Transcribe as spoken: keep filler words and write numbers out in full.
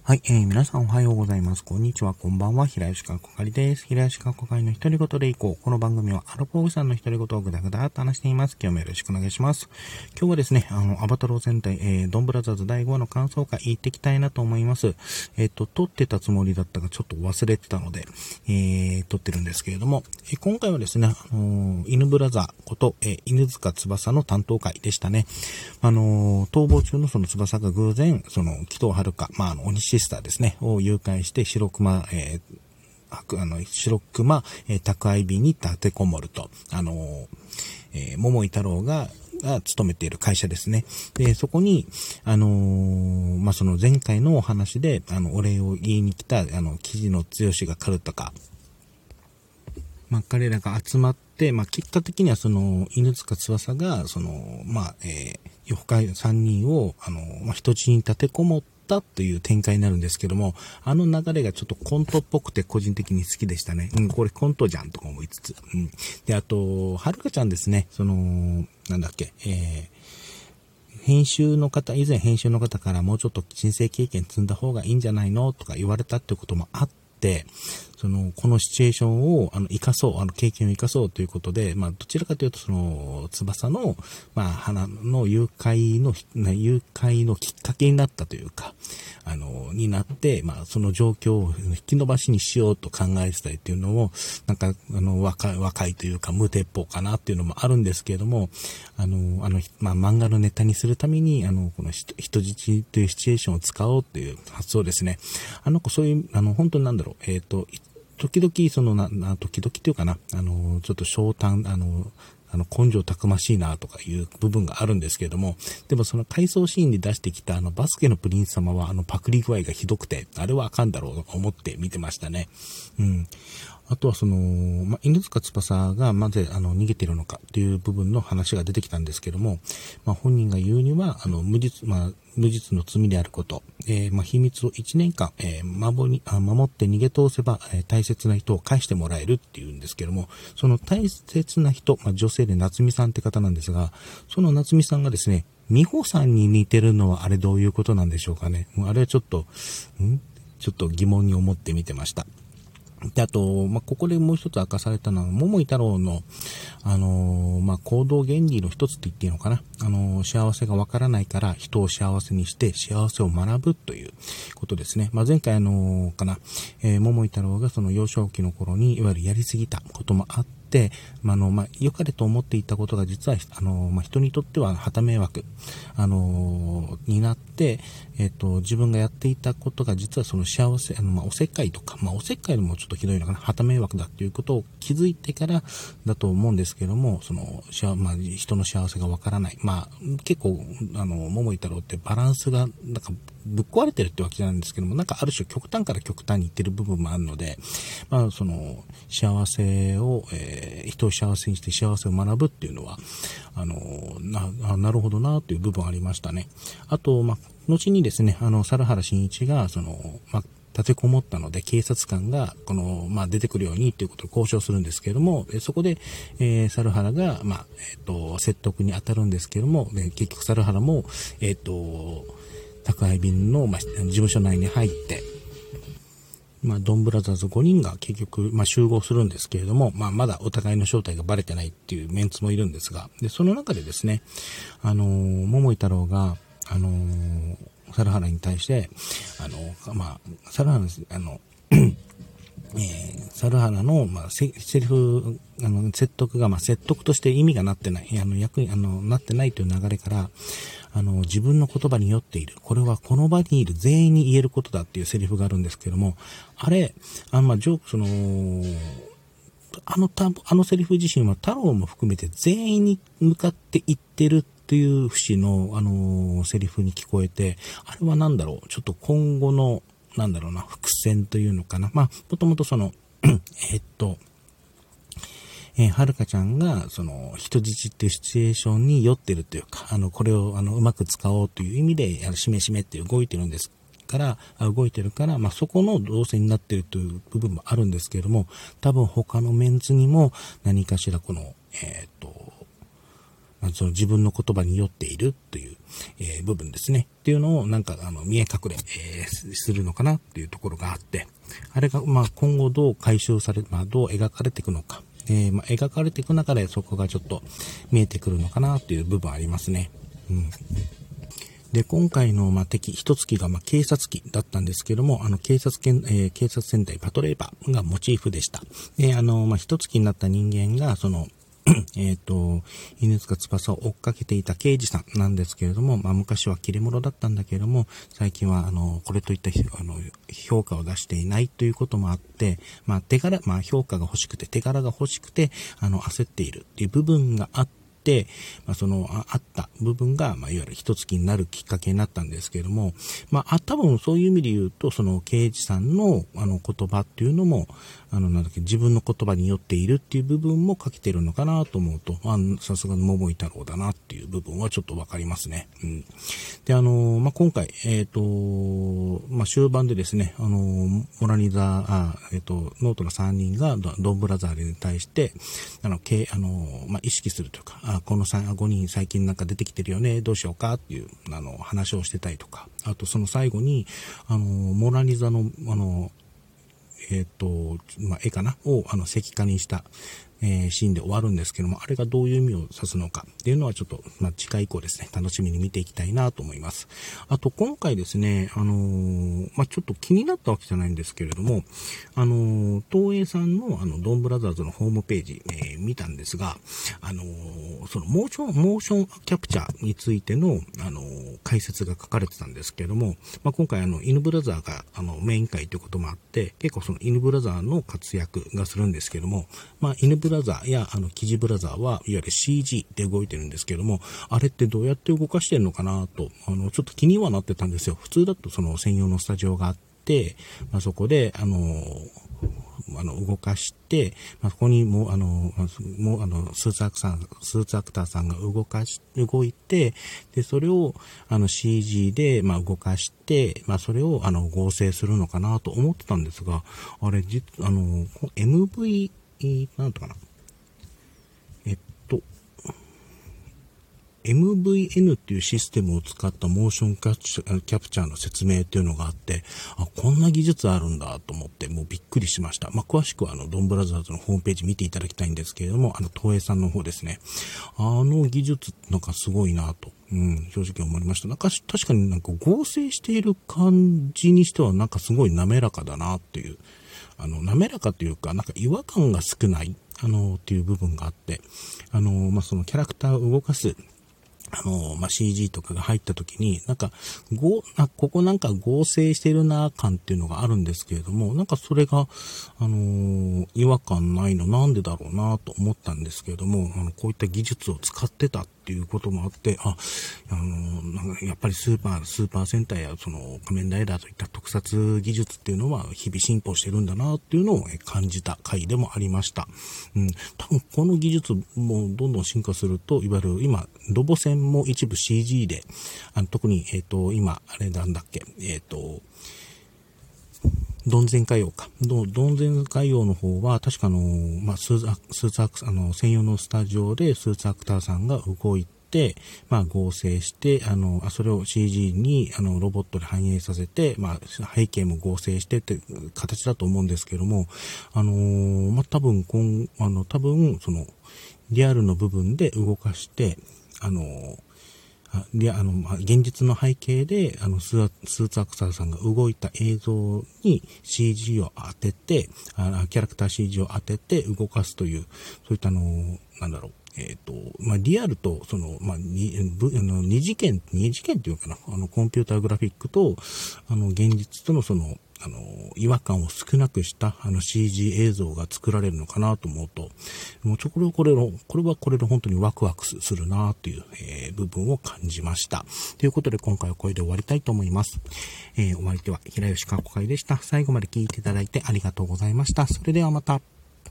はい、えー、皆さんおはようございます。こんにちは、こんばんは。平吉かっこかりです。平吉かっこかりの独り言でいこう。この番組はアルポーグさんの独り言をぐだぐだと話しています。今日もよろしくお願いします。今日はですね、あの、アバタロー戦隊、えー、ドンブラザーズだいごわの感想会言ってきたいなと思います。えっ、ー、と、撮ってたつもりだったがちょっと忘れてたので、えー、撮ってるんですけれども、えー、今回はですね、あのー、犬ブラザーこと、えー、犬塚翼の担当会でしたね。あのー、逃亡中のその翼が偶然、その、紀藤遥、まあ、あの、鬼シスターですね、を誘拐して白熊、えー、あの、白熊、えー、宅配便に立てこもると、あのー、えー、桃井太郎が、が勤めている会社ですね。で、そこに、あのー、まあ、その前回のお話で、あの、お礼を言いに来た、あの、記事の剛が来るとか、まあ、彼らが集まって、まあ、結果的にはその、犬塚翼が、その、まあ、えー、妖怪さんにんを、あの、まあ、人質に立てこもったという展開になるんですけども、あの流れがちょっとコントっぽくて個人的に好きでしたね。うん、これコントじゃんとか思いつつ。うん。で、あと、はるかちゃんですね、その、なんだっけ、えー、編集の方、以前編集の方からもうちょっと人生経験積んだ方がいいんじゃないのとか言われたっていうこともあって、その、このシチュエーションを、あの、活かそう、あの、経験を活かそうということで、まあ、どちらかというと、その、翼の、まあ、花の誘拐の、誘拐のきっかけになったというか、あの、になって、まあ、その状況を引き伸ばしにしようと考えてたりっていうのを、なんか、あの、若い、若いというか、無鉄砲かなっていうのもあるんですけれども、あの、あの、まあ、漫画のネタにするために、あの、この人質というシチュエーションを使おうっていう発想ですね。あの子、そういう、あの、本当になんだろう、えっと、時々、そのな、な、時々っていうかな、あの、ちょっと小短、あの、あの、根性たくましいなとかいう部分があるんですけれども、でもその回想シーンで出してきたあの、バスケのプリンス様はあの、パクリ具合がひどくて、あれはあかんだろうと思って見てましたね。うん。あとはその、まあ、犬塚翼がなぜあの逃げているのかという部分の話が出てきたんですけども、まあ、本人が言うには、あの、無実、まあ、無実の罪であること、えー、まあ、秘密をいちねんかん、えー、守り、あ守って逃げ通せば、えー、大切な人を返してもらえるっていうんですけども、その大切な人、まあ、女性で夏美さんって方なんですが、その夏美さんがですね、美穂さんに似てるのはあれどういうことなんでしょうかね。もうあれはちょっと、んちょっと疑問に思って見てました。で、あと、まあ、ここでもう一つ明かされたのは、桃井太郎の、あのー、まあ、行動原理の一つって言っていいのかな。あのー、幸せがわからないから人を幸せにして幸せを学ぶということですね。まあ、前回あのー、かな、えー、桃井太郎がその幼少期の頃に、いわゆるやりすぎたこともあって、まあ、あの、まあ、良かれと思っていたことが実は、あの、まあ、人にとっては旗迷惑、あの、になって、えっと、自分がやっていたことが実はその幸せ、あの、まあ、おせっかいとか、まあ、おせっかいでもちょっとひどいのかな、旗迷惑だっていうことを気づいてからだと思うんですけども、その、しあ、まあ、人の幸せがわからない。まあ、結構、あの、桃井太郎ってバランスが、なんか、ぶっ壊れてるってわけじゃないんですけども、なんかある種極端から極端にいってる部分もあるので、まあ、その、幸せを、えー、人を幸せにして幸せを学ぶっていうのは、あの、な、なるほどなという部分ありましたね。あと、まあ、後にですね、あの、猿原真一が、その、まあ、立てこもったので、警察官が、この、まあ、出てくるようにということを交渉するんですけれども、そこで、えー、猿原が、まあ、えっと、説得に当たるんですけれども、結局猿原も、えっと、宅配便の、まあ、事務所内に入って、まあ、ドンブラザーズごにんが結局、まあ、集合するんですけれども、まあ、まだお互いの正体がバレてないっていうメンツもいるんですが、で、その中でですね、あのー、桃井太郎が、あのー、猿原に対して、あのー、まあ、猿原です、あの、えー、猿原の、まあ、セリフ、あの、説得が、まあ、説得として意味がなってない、あの、役に、あの、なってないという流れから、あの、自分の言葉に酔っている。これはこの場にいる全員に言えることだっていうセリフがあるんですけども、あれ、あの、まあ、ジョーク、その、あの、た、あのセリフ自身は太郎も含めて全員に向かって言ってるっていう節の、あの、セリフに聞こえて、あれはなんだろう、ちょっと今後の、なんだろうな、伏線というのかな。まあ、もともとその、えっと、えー、はるかちゃんが、その、人質っていうシチュエーションに酔ってるというか、あの、これを、あの、うまく使おうという意味で、あの、しめしめって動いてるんですから、動いてるから、まあ、そこの動線になっているという部分もあるんですけれども、多分他のメンツにも何かしらこの、えっと、 あその自分の言葉に酔っているという、えー、部分ですね。っていうのをなんかあの見え隠れ、えー、するのかなっていうところがあって、あれがまあ今後どう回収され、まあどう描かれていくのか、えー、まあ描かれていく中でそこがちょっと見えてくるのかなっていう部分ありますね。うん。で、今回の、まあ、敵、一月が、まあ、警察機だったんですけども、あの、警察犬、えー、警察戦隊パトレーバーがモチーフでした。で、あの、まあ、一月になった人間が、その、えっと、犬塚翼を追っかけていた刑事さんなんですけれども、まあ、昔は切れ者だったんだけれども、最近は、あの、これといったあの評価を出していないということもあって、まあ、手柄、まあ、評価が欲しくて、手柄が欲しくて、あの、焦っているっていう部分があって、で、まあ、そのあ、あった部分が、まあ、いわゆる一月になるきっかけになったんですけれども、まあ、多分そういう意味で言うと、その刑事さんのあの言葉っていうのも、あの、なんだっけ、自分の言葉によっているっていう部分も書けてるのかなと思うと、あ、さすがの桃井太郎だなっていう部分はちょっとわかりますね。うん。で、あの、まあ、今回、えっと、まあ、終盤でですね、あの、モラニザ、あ、えっと、ノートのさんにんがドンブラザーに対して、あの、けあの、まあ、意識するというか、あ、このごにん最近なんか出てきてるよね、どうしようかっていう、あの、話をしてたりとか、あとその最後に、あの、モラニザの、あの、えっと、まあ、絵かなを、あの、石化にした、えー、シーンで終わるんですけども、あれがどういう意味を指すのかっていうのはちょっと、まあ、次回以降ですね、楽しみに見ていきたいなと思います。あと、今回ですね、あのー、まあ、ちょっと気になったわけじゃないんですけれども、あのー、東映さんの、あの、ドンブラザーズのホームページ、えー、見たんですが、あのー、その、モーション、モーションキャプチャーについての、あのー、解説が書かれてたんですけれども、まあ、今回、あの、犬ブラザーが、あの、メイン回ということもあって、結構その、犬ブラザーの活躍がするんですけども、まあ、犬ブラザーや、あの、キジブラザーは、いわゆる シージー で動いてるんですけども、あれってどうやって動かしてるのかなと、あの、ちょっと気にはなってたんですよ。普通だとその専用のスタジオがあって、まあ、そこで、あの、あの、動かして、まあ、ここにもう、あの、もう、あの、スーツアクター、スーツアクターさんが動かし、動いて、で、それを、あの、シージー で、まあ、動かして、まあ、それを、あの、合成するのかなと思ってたんですが、あれ、実、あの、エムブイ、なんとかな。えっと、エムブイエヌ っていうシステムを使ったモーションキャプチャー、キャプチャーの説明っていうのがあって、あ、こんな技術あるんだと思って、もうびっくりしました。まあ、詳しくはあの、ドンブラザーズのホームページ見ていただきたいんですけれども、あの、東映さんの方ですね。あの技術なんかすごいなと、うん、正直思いました。なんか、確かになんか合成している感じにしてはなんかすごい滑らかだなっていう。あの、滑らかというか、なんか違和感が少ない、あの、っていう部分があって、あの、まあ、そのキャラクターを動かす、あの、まあ、シージー とかが入った時に、なんか、ご、な、ここなんか合成してるな感っていうのがあるんですけれども、なんかそれが、あのー、違和感ないのなんでだろうなと思ったんですけれども、あの、こういった技術を使ってたっていうこともあって、あ、あのー、なんかやっぱりスーパー、スーパー戦隊やその仮面ライダーといった特撮技術っていうのは日々進歩してるんだなっていうのを感じた回でもありました。うん、多分この技術もどんどん進化すると、いわゆる今、ロボ戦も一部 シージー で、あの特に、えっと、今、あれなんだっけ、えっと、ドンゼン海洋か。ドンゼン海洋の方は、確かあの、まあ、スーツア、スーツアク、あの、専用のスタジオでスーツアクターさんが動いて、まあ、合成して、あの、それを シージー に、あの、ロボットで反映させて、まあ、背景も合成してって形だと思うんですけども、あのー、まあ、多分、こん、あの、多分、その、リアルの部分で動かして、あのー、で、あの、まあ、現実の背景で、あの、スー、スーツアクターさんが動いた映像に シージー を当てて、あキャラクター シージー を当てて動かすという、そういったあの、なんだろう、えっと、まあ、リアルと、その、まあ、に、あの、二次元、二次元っていうかな、あの、コンピューターグラフィックと、あの、現実とのその、あの、違和感を少なくした、あの シージー 映像が作られるのかなと思うと、もうちょ、これはこれの、これはこれで本当にワクワクするなという、えー、部分を感じました。ということで今回はこれで終わりたいと思います。えー、お相手は平吉かっこかいでした。最後まで聞いていただいてありがとうございました。それではまた。